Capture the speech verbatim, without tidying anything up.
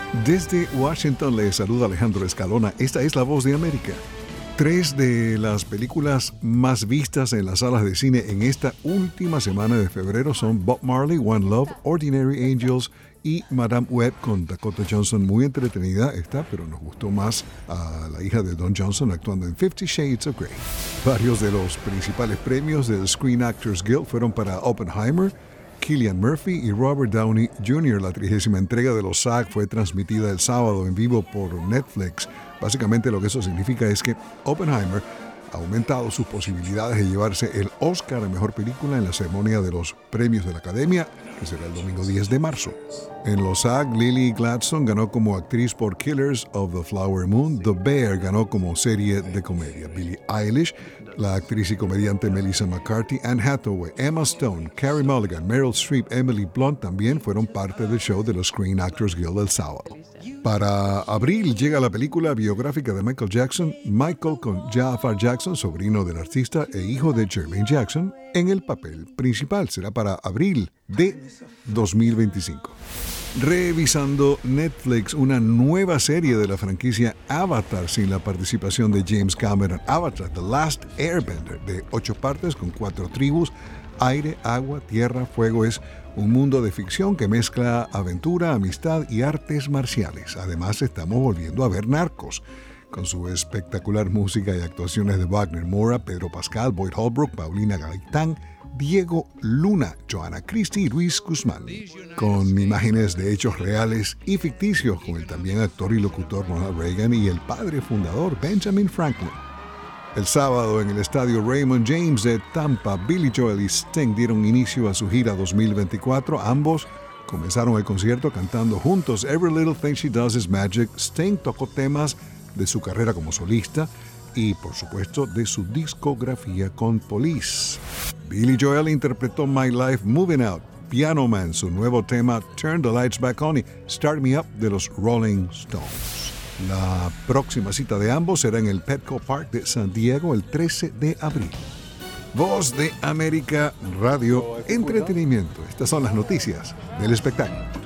Desde Washington les saluda Alejandro Escalona. Esta es La Voz de América. Tres de las películas más vistas en las salas de cine en esta última semana de febrero son Bob Marley, One Love, Ordinary Angels y Madame Web con Dakota Johnson. Muy entretenida esta, pero nos gustó más a la hija de Don Johnson actuando en Fifty Shades of Grey. Varios de los principales premios del Screen Actors Guild fueron para Oppenheimer, Cillian Murphy y Robert Downey junior La trigésima entrega de los S A G fue transmitida el sábado en vivo por Netflix. Básicamente lo que eso significa es que Oppenheimer ha aumentado sus posibilidades de llevarse el Oscar a Mejor Película en la ceremonia de los premios de la Academia, que será el domingo diez de marzo. En los S A G, Lily Gladstone ganó como actriz por Killers of the Flower Moon. The Bear ganó como serie de comedia. Billie Eilish, la actriz y comediante Melissa McCarthy, Anne Hathaway, Emma Stone, Carey Mulligan, Meryl Streep, Emily Blunt también fueron parte del show de los Screen Actors Guild el sábado. Para abril llega la película biográfica de Michael Jackson, Michael con Jafar Jackson, sobrino del artista e hijo de Jermaine Jackson, en el papel principal. Será para abril de dos mil veinticinco. Revisando Netflix, una nueva serie de la franquicia Avatar sin la participación de James Cameron. Avatar, The Last Airbender, de ocho partes con cuatro tribus, aire, agua, tierra, fuego. Es un mundo de ficción que mezcla aventura, amistad y artes marciales. Además, estamos volviendo a ver Narcos, con su espectacular música y actuaciones de Wagner Moura, Pedro Pascal, Boyd Holbrook, Paulina Gaitán, Diego Luna, Joanna Christie y Luis Guzmán, con imágenes de hechos reales y ficticios con el también actor y locutor Ronald Reagan y el padre fundador Benjamin Franklin. El sábado en el estadio Raymond James de Tampa, Billy Joel y Sting dieron inicio a su gira dos mil veinticuatro. Ambos comenzaron el concierto cantando juntos Every Little Thing She Does Is Magic. Sting tocó temas de su carrera como solista y, por supuesto, de su discografía con Police. Billy Joel interpretó My Life Moving Out, Piano Man, su nuevo tema Turn the Lights Back On y Start Me Up de los Rolling Stones. La próxima cita de ambos será en el Petco Park de San Diego el trece de abril. Voz de América Radio Entretenimiento. Estas son las noticias del espectáculo.